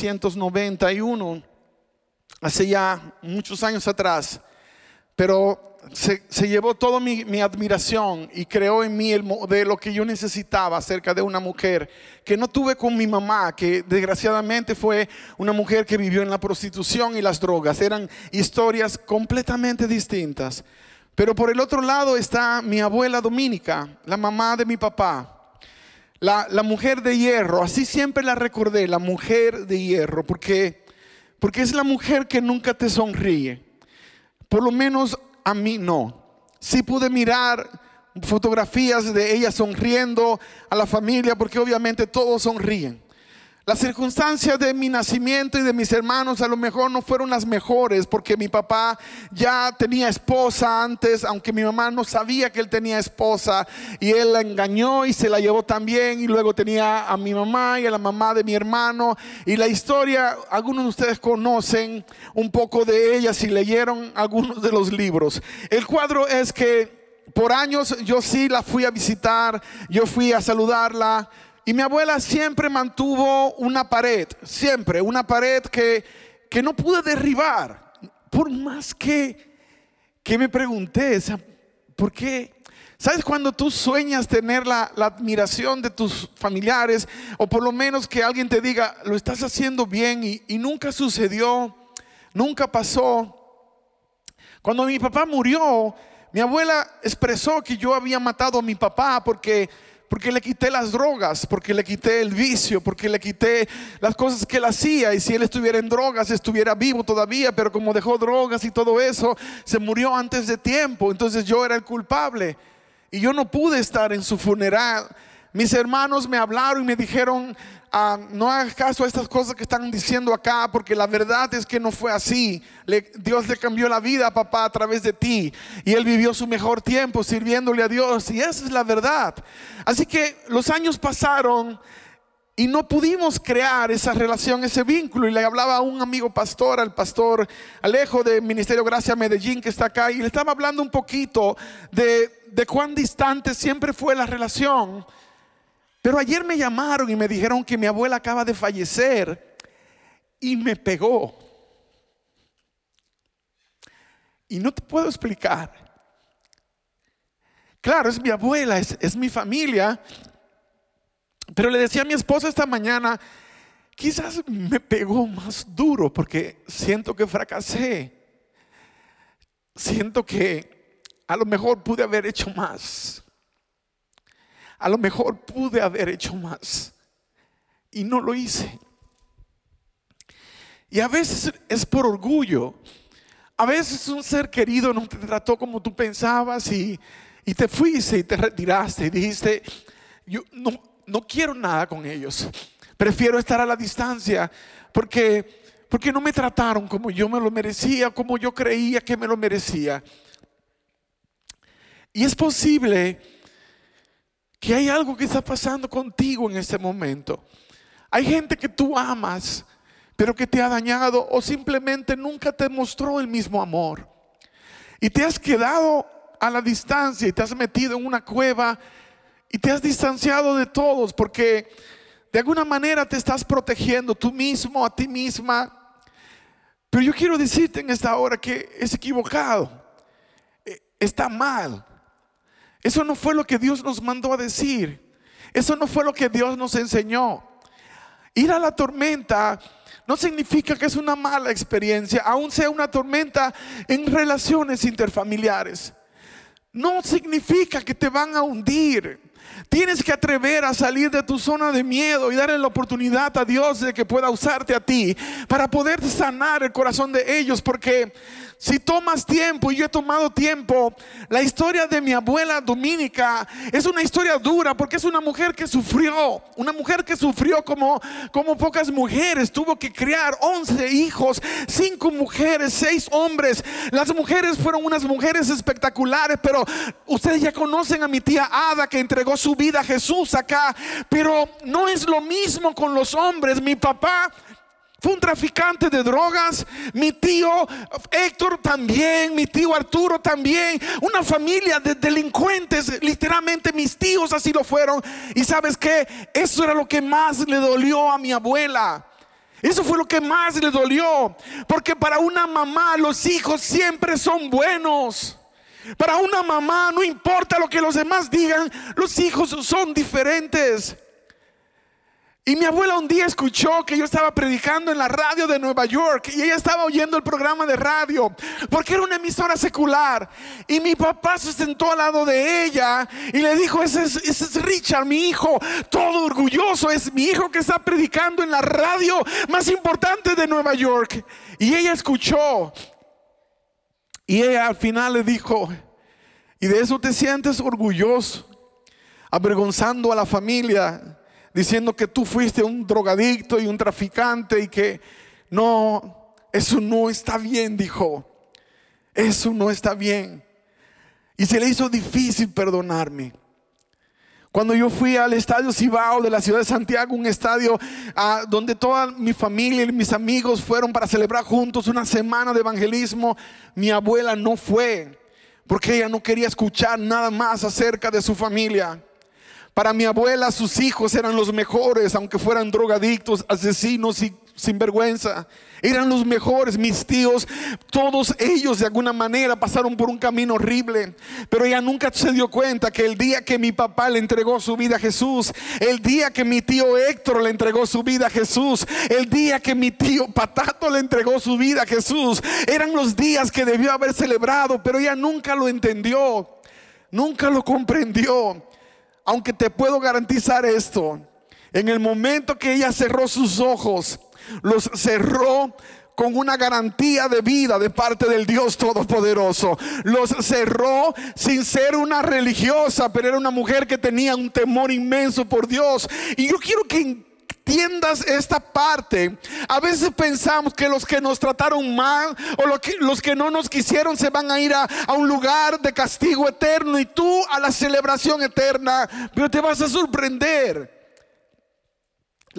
Speaker 2: 1991. Hace ya muchos años atrás, pero se llevó toda mi admiración y creó en mí el modelo que yo necesitaba acerca de una mujer que no tuve con mi mamá, que desgraciadamente fue una mujer que vivió en la prostitución y las drogas. Eran historias completamente distintas. Pero por el otro lado está mi abuela Dominica, la mamá de mi papá, la mujer de hierro. Así siempre la recordé, la mujer de hierro, porque es la mujer que nunca te sonríe. Por lo menos a mí no. Sí pude mirar fotografías de ella sonriendo a la familia, porque obviamente todos sonríen. Las circunstancias de mi nacimiento y de mis hermanos a lo mejor no fueron las mejores, porque mi papá ya tenía esposa antes, aunque mi mamá no sabía que él tenía esposa, y él la engañó y se la llevó también, y luego tenía a mi mamá y a la mamá de mi hermano. Y la historia, algunos de ustedes conocen un poco de ella si leyeron algunos de los libros. El cuadro es que por años yo sí la fui a visitar, yo fui a saludarla. Y mi abuela siempre mantuvo una pared, siempre una pared que no pude derribar. Por más que me pregunté, ¿por qué? ¿Sabes cuando tú sueñas tener la admiración de tus familiares? O por lo menos que alguien te diga, lo estás haciendo bien, y nunca sucedió, nunca pasó. Cuando mi papá murió, mi abuela expresó que yo había matado a mi papá porque le quité las drogas, porque le quité el vicio, porque le quité las cosas que él hacía. Y si él estuviera en drogas, estuviera vivo todavía, pero como dejó drogas y todo eso, se murió antes de tiempo. Entonces yo era el culpable y yo no pude estar en su funeral. Mis hermanos me hablaron y me dijeron, no hagas caso a estas cosas que están diciendo acá, porque la verdad es que no fue así. Dios le cambió la vida a papá a través de ti, y él vivió su mejor tiempo sirviéndole a Dios, y esa es la verdad. Así que los años pasaron Y no pudimos crear esa relación, ese vínculo. Y le hablaba a un amigo pastor, al pastor Alejo de Ministerio Gracia Medellín, que está acá, y le estaba hablando un poquito de cuán distante siempre fue la relación. Pero ayer me llamaron y me dijeron que mi abuela acaba de fallecer, y me pegó. Y no te puedo explicar. Claro, es mi abuela, es mi familia. Pero le decía a mi esposa esta mañana, quizás me pegó más duro porque siento que fracasé. Siento que a lo mejor pude haber hecho más. A lo mejor pude haber hecho más y no lo hice. Y a veces es por orgullo. A veces un ser querido no te trató como tú pensabas y te fuiste y te retiraste y dijiste, yo no quiero nada con ellos. Prefiero estar a la distancia porque no me trataron como yo me lo merecía, como yo creía que me lo merecía. Y es posible que hay algo que está pasando contigo en este momento. Hay gente que tú amas, pero que te ha dañado o simplemente nunca te mostró el mismo amor. Y te has quedado a la distancia y te has metido en una cueva y te has distanciado de todos porque de alguna manera te estás protegiendo tú mismo, a ti misma. Pero yo quiero decirte en esta hora que es equivocado, está mal. Eso no fue lo que Dios nos mandó a decir. Eso no fue lo que Dios nos enseñó. Ir a la tormenta no significa que es una mala experiencia, aun sea una tormenta en relaciones interfamiliares. No significa que te van a hundir. Tienes que atrever a salir de tu zona de miedo y darle la oportunidad a Dios de que pueda usarte a ti para poder sanar el corazón de ellos. Porque si tomas tiempo, y yo he tomado tiempo, la historia de mi abuela Dominica es una historia dura porque es una mujer que sufrió. Una mujer que sufrió como pocas mujeres. Tuvo que criar 11 hijos, 5 mujeres, 6 hombres. Las mujeres fueron unas mujeres espectaculares, pero ustedes ya conocen a mi tía Ada, que entregó su vida a Jesús acá. Pero no es lo mismo con los hombres. Mi papá fue un traficante de drogas, mi tío Héctor también, mi tío Arturo también, una familia de delincuentes, literalmente mis tíos así lo fueron. Y ¿sabes qué? Eso era lo que más le dolió a mi abuela. Eso fue lo que más le dolió, porque para una mamá los hijos siempre son buenos. Para una mamá no importa lo que los demás digan, los hijos son diferentes. Y mi abuela un día escuchó que yo estaba predicando en la radio de Nueva York y ella estaba oyendo el programa de radio porque era una emisora secular. Y mi papá se sentó al lado de ella y le dijo, ese es Richard, mi hijo, todo orgulloso, es mi hijo que está predicando en la radio más importante de Nueva York. Y ella escuchó y ella al final le dijo, ¿y de eso te sientes orgulloso? Avergonzando a la familia, diciendo que tú fuiste un drogadicto y un traficante y que no, eso no está bien, dijo. Eso no está bien. Y se le hizo difícil perdonarme. Cuando yo fui al Estadio Cibao de la ciudad de Santiago, un estadio donde toda mi familia y mis amigos fueron para celebrar juntos una semana de evangelismo, mi abuela no fue porque ella no quería escuchar nada más acerca de su familia. Para mi abuela sus hijos eran los mejores, aunque fueran drogadictos, asesinos y sinvergüenza. Eran los mejores. Mis tíos, todos ellos de alguna manera pasaron por un camino horrible, pero ella nunca se dio cuenta que el día que mi papá le entregó su vida a Jesús, el día que mi tío Héctor le entregó su vida a Jesús, el día que mi tío Patato le entregó su vida a Jesús, eran los días que debió haber celebrado, pero ella nunca lo entendió, nunca lo comprendió. Aunque te puedo garantizar esto, en el momento que ella cerró sus ojos, los cerró con una garantía de vida de parte del Dios Todopoderoso. Los cerró sin ser una religiosa, pero era una mujer que tenía un temor inmenso por Dios. Y yo quiero que entiendas esta parte. A veces pensamos que los que nos trataron mal o los que no nos quisieron se van a ir a un lugar de castigo eterno y tú a la celebración eterna, pero te vas a sorprender.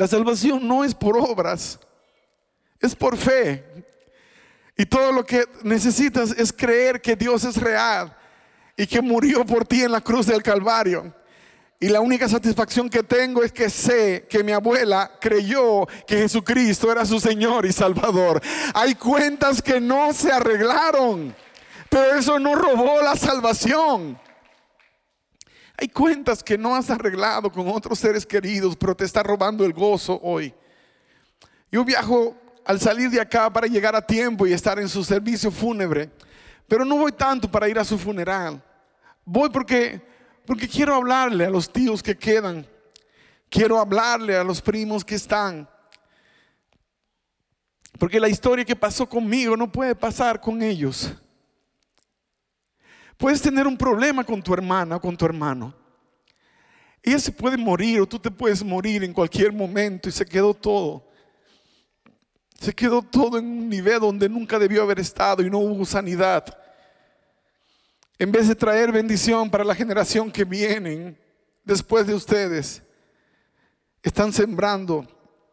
Speaker 2: La salvación no es por obras, es por fe. Y todo lo que necesitas es creer que Dios es real y que murió por ti en la cruz del Calvario. Y la única satisfacción que tengo es que sé que mi abuela creyó que Jesucristo era su Señor y Salvador. Hay cuentas que no se arreglaron, pero eso no robó la salvación. Hay cuentas que no has arreglado con otros seres queridos, pero te está robando el gozo hoy. Yo viajo al salir de acá para llegar a tiempo y estar en su servicio fúnebre, pero no voy tanto para ir a su funeral. Voy porque quiero hablarle a los tíos que quedan. Quiero hablarle a los primos que están. Porque la historia que pasó conmigo no puede pasar con ellos. Puedes tener un problema con tu hermana o con tu hermano. Ella se puede morir o tú te puedes morir en cualquier momento y se quedó todo. Se quedó todo en un nivel donde nunca debió haber estado y no hubo sanidad. En vez de traer bendición para la generación que vienen después de ustedes, están sembrando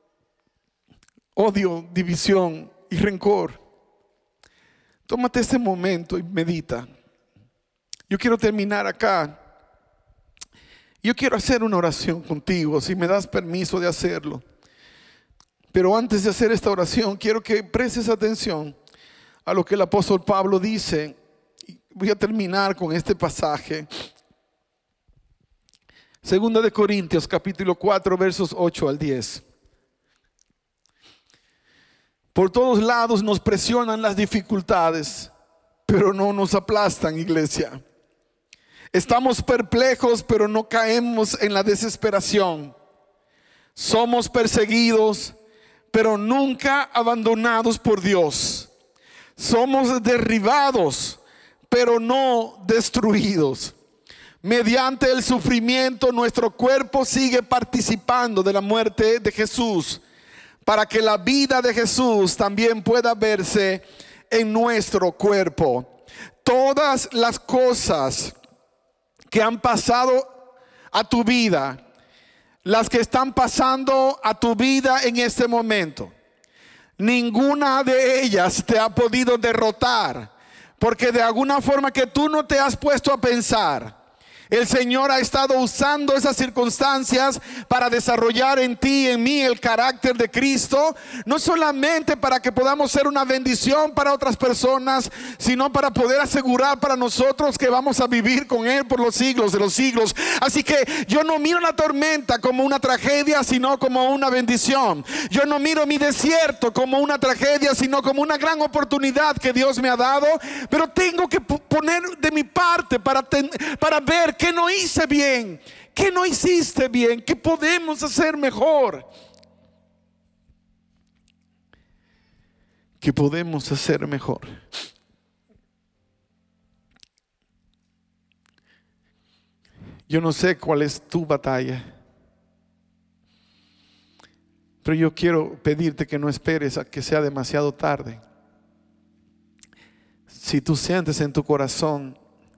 Speaker 2: odio, división y rencor. Tómate este momento y medita. Yo quiero terminar acá. Yo quiero hacer una oración contigo, si me das permiso de hacerlo. Pero antes de hacer esta oración, quiero que prestes atención a lo que el apóstol Pablo dice. Voy a terminar con este pasaje. Segunda de Corintios, capítulo 4, versos 8 al 10. Por todos lados nos presionan las dificultades, pero no nos aplastan, iglesia. Estamos perplejos, pero no caemos en la desesperación. Somos perseguidos, pero nunca abandonados por Dios. Somos derribados, pero no destruidos. Mediante el sufrimiento, nuestro cuerpo sigue participando de la muerte de Jesús, para que la vida de Jesús también pueda verse en nuestro cuerpo. Todas las cosas que han pasado a tu vida, las que están pasando a tu vida en este momento, ninguna de ellas te ha podido derrotar, porque de alguna forma que tú no te has puesto a pensar, el Señor ha estado usando esas circunstancias para desarrollar en ti y en mí el carácter de Cristo, no solamente para que podamos ser una bendición para otras personas, sino para poder asegurar para nosotros que vamos a vivir con Él por los siglos de los siglos. Así que yo no miro la tormenta como una tragedia, sino como una bendición. Yo no miro mi desierto como una tragedia, sino como una gran oportunidad que Dios me ha dado. Pero tengo que poner de mi parte para ver qué no hice bien, qué no hiciste bien, qué podemos hacer mejor, qué podemos hacer mejor. Yo no sé cuál es tu batalla, pero yo quiero pedirte que no esperes a que sea demasiado tarde. Si tú sientes en tu corazón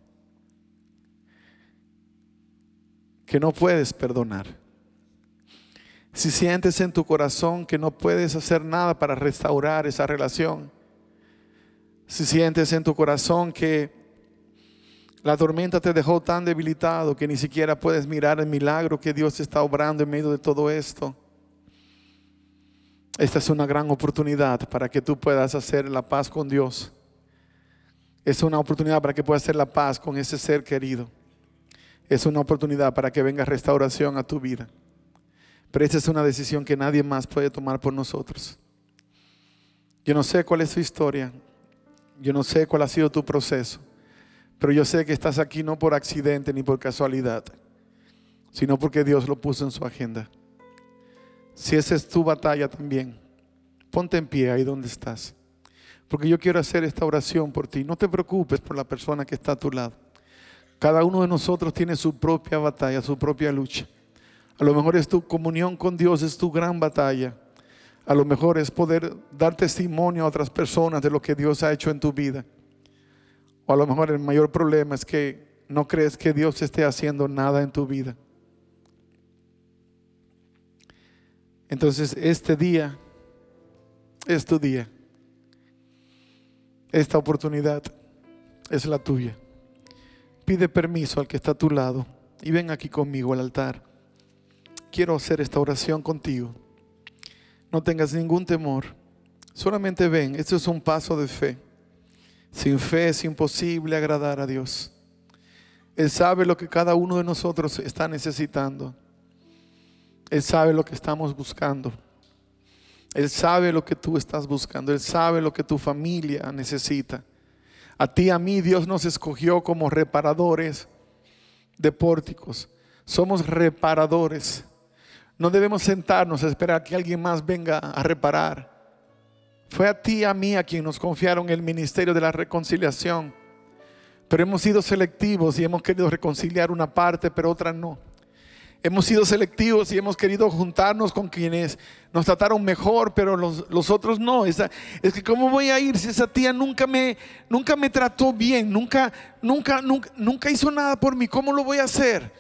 Speaker 2: que no puedes perdonar, si sientes en tu corazón que no puedes hacer nada para restaurar esa relación, si sientes en tu corazón que la tormenta te dejó tan debilitado que ni siquiera puedes mirar el milagro que Dios está obrando en medio de todo esto, esta es una gran oportunidad para que tú puedas hacer la paz con Dios. Es una oportunidad para que puedas hacer la paz con ese ser querido. Es una oportunidad para que venga restauración a tu vida. Pero esta es una decisión que nadie más puede tomar por nosotros. Yo no sé cuál es tu historia. Yo no sé cuál ha sido tu proceso. Pero yo sé que estás aquí no por accidente ni por casualidad, sino porque Dios lo puso en su agenda. Si esa es tu batalla también, ponte en pie ahí donde estás, porque yo quiero hacer esta oración por ti. No te preocupes por la persona que está a tu lado. Cada uno de nosotros tiene su propia batalla, su propia lucha. A lo mejor es tu comunión con Dios, es tu gran batalla. A lo mejor es poder dar testimonio a otras personas de lo que Dios ha hecho en tu vida. O a lo mejor el mayor problema es que no crees que Dios esté haciendo nada en tu vida. Entonces este día es tu día. Esta oportunidad es la tuya. Pide permiso al que está a tu lado y ven aquí conmigo al altar. Quiero hacer esta oración contigo. No tengas ningún temor. Solamente ven. Esto es un paso de fe. Sin fe es imposible agradar a Dios. Él sabe lo que cada uno de nosotros está necesitando. Él sabe lo que estamos buscando. Él sabe lo que tú estás buscando. Él sabe lo que tu familia necesita. A ti, a mí, Dios nos escogió como reparadores de pórticos. Somos reparadores. No debemos sentarnos a esperar que alguien más venga a reparar. Fue a ti, a mí, a quien nos confiaron el ministerio de la reconciliación. Pero hemos sido selectivos y hemos querido reconciliar una parte, pero otra no. Hemos sido selectivos y hemos querido juntarnos con quienes nos trataron mejor, pero los otros no. Es que ¿cómo voy a ir si esa tía nunca me trató bien? Nunca hizo nada por mí. ¿Cómo lo voy a hacer?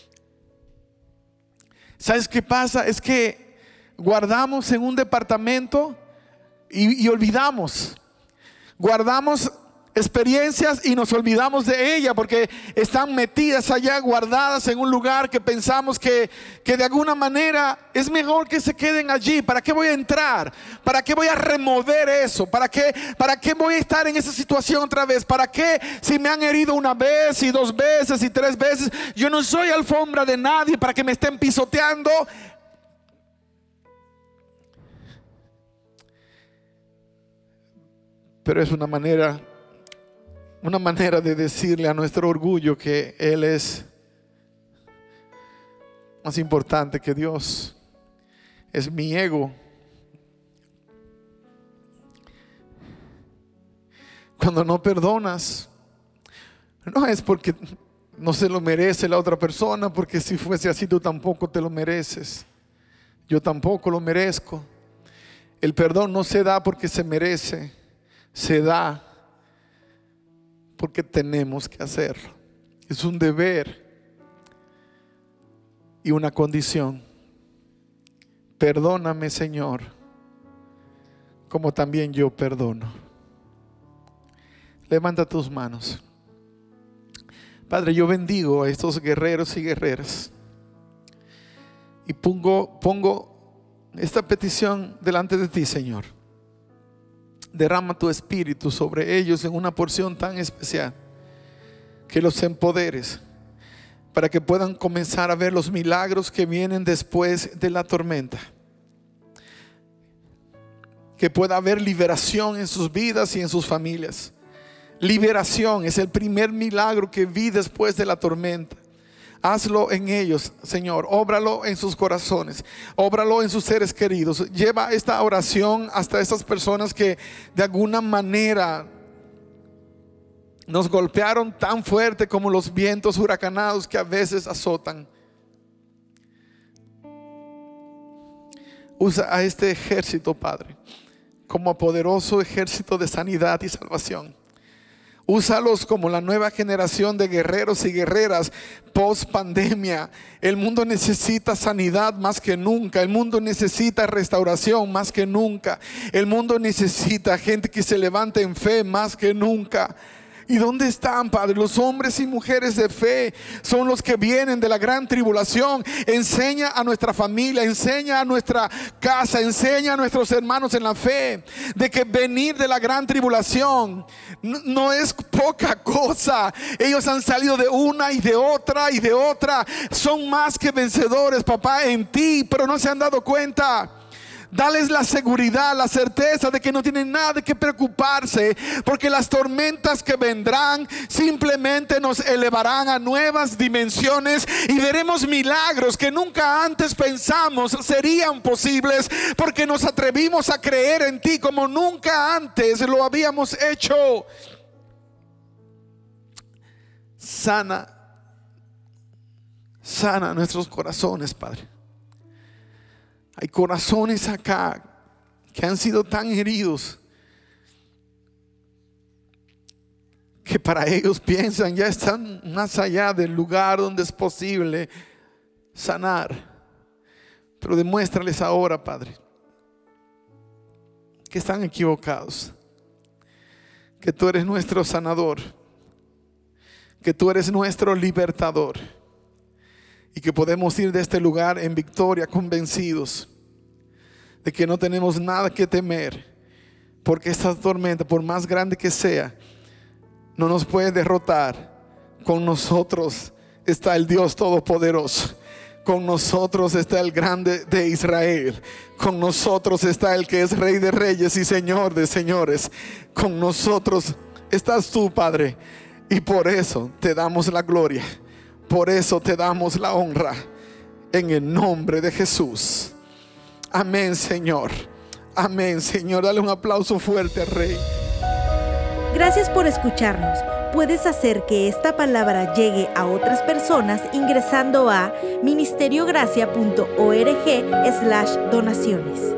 Speaker 2: ¿Sabes qué pasa? Es que guardamos en un departamento y olvidamos. Guardamos experiencias y nos olvidamos de ella porque están metidas allá, guardadas en un lugar que pensamos que de alguna manera es mejor que se queden allí. ¿Para qué voy a entrar? ¿Para qué voy a remover eso? ¿Para qué voy a estar en esa situación otra vez? ¿Para qué si me han herido una vez y 2 veces y 3 veces? Yo no soy alfombra de nadie para que me estén pisoteando. Pero es una manera de decirle a nuestro orgullo que Él es más importante que Dios. Es mi ego. Cuando no perdonas, no es porque no se lo merece la otra persona, porque si fuese así tú tampoco te lo mereces. Yo tampoco lo merezco. El perdón no se da porque se merece, se da porque tenemos que hacerlo. Es un deber y una condición. Perdóname, Señor, como también yo perdono. Levanta tus manos. Padre, yo bendigo a estos guerreros y guerreras y pongo esta petición delante de ti, Señor. Derrama tu espíritu sobre ellos en una porción tan especial, que los empoderes para que puedan comenzar a ver los milagros que vienen después de la tormenta, que pueda haber liberación en sus vidas y en sus familias. Liberación es el primer milagro que vi después de la tormenta. Hazlo en ellos, Señor. Óbralo en sus corazones. Óbralo en sus seres queridos. Lleva esta oración hasta esas personas que de alguna manera nos golpearon tan fuerte como los vientos huracanados que a veces azotan. Usa a este ejército, Padre, como poderoso ejército de sanidad y salvación. Úsalos como la nueva generación de guerreros y guerreras post pandemia. El mundo necesita sanidad más que nunca. El mundo necesita restauración más que nunca. El mundo necesita gente que se levante en fe más que nunca. ¿Y dónde están, Padre? Los hombres y mujeres de fe son los que vienen de la gran tribulación. Enseña a nuestra familia, enseña a nuestra casa, enseña a nuestros hermanos en la fe de que venir de la gran tribulación no es poca cosa. Ellos han salido de una y de otra y de otra. Son más que vencedores, papá, en ti, pero no se han dado cuenta. Dales la seguridad, la certeza de que no tienen nada de qué preocuparse, porque las tormentas que vendrán simplemente nos elevarán a nuevas dimensiones y veremos milagros que nunca antes pensamos serían posibles, porque nos atrevimos a creer en ti como nunca antes lo habíamos hecho. Sana nuestros corazones, Padre. Hay corazones acá que han sido tan heridos que para ellos piensan ya están más allá del lugar donde es posible sanar. Pero demuéstrales ahora, Padre, que están equivocados, que tú eres nuestro sanador, que tú eres nuestro libertador y que podemos ir de este lugar en victoria, convencidos de que no tenemos nada que temer, porque esta tormenta, por más grande que sea, no nos puede derrotar. Con nosotros está el Dios Todopoderoso. Con nosotros está el grande de Israel. Con nosotros está el que es Rey de Reyes y Señor de Señores. Con nosotros estás tú, Padre. Y por eso te damos la gloria. Por eso te damos la honra. En el nombre de Jesús. Amén, Señor. Amén, Señor. Dale un aplauso fuerte al Rey.
Speaker 1: Gracias por escucharnos. Puedes hacer que esta palabra llegue a otras personas ingresando a ministeriogracia.org/donaciones.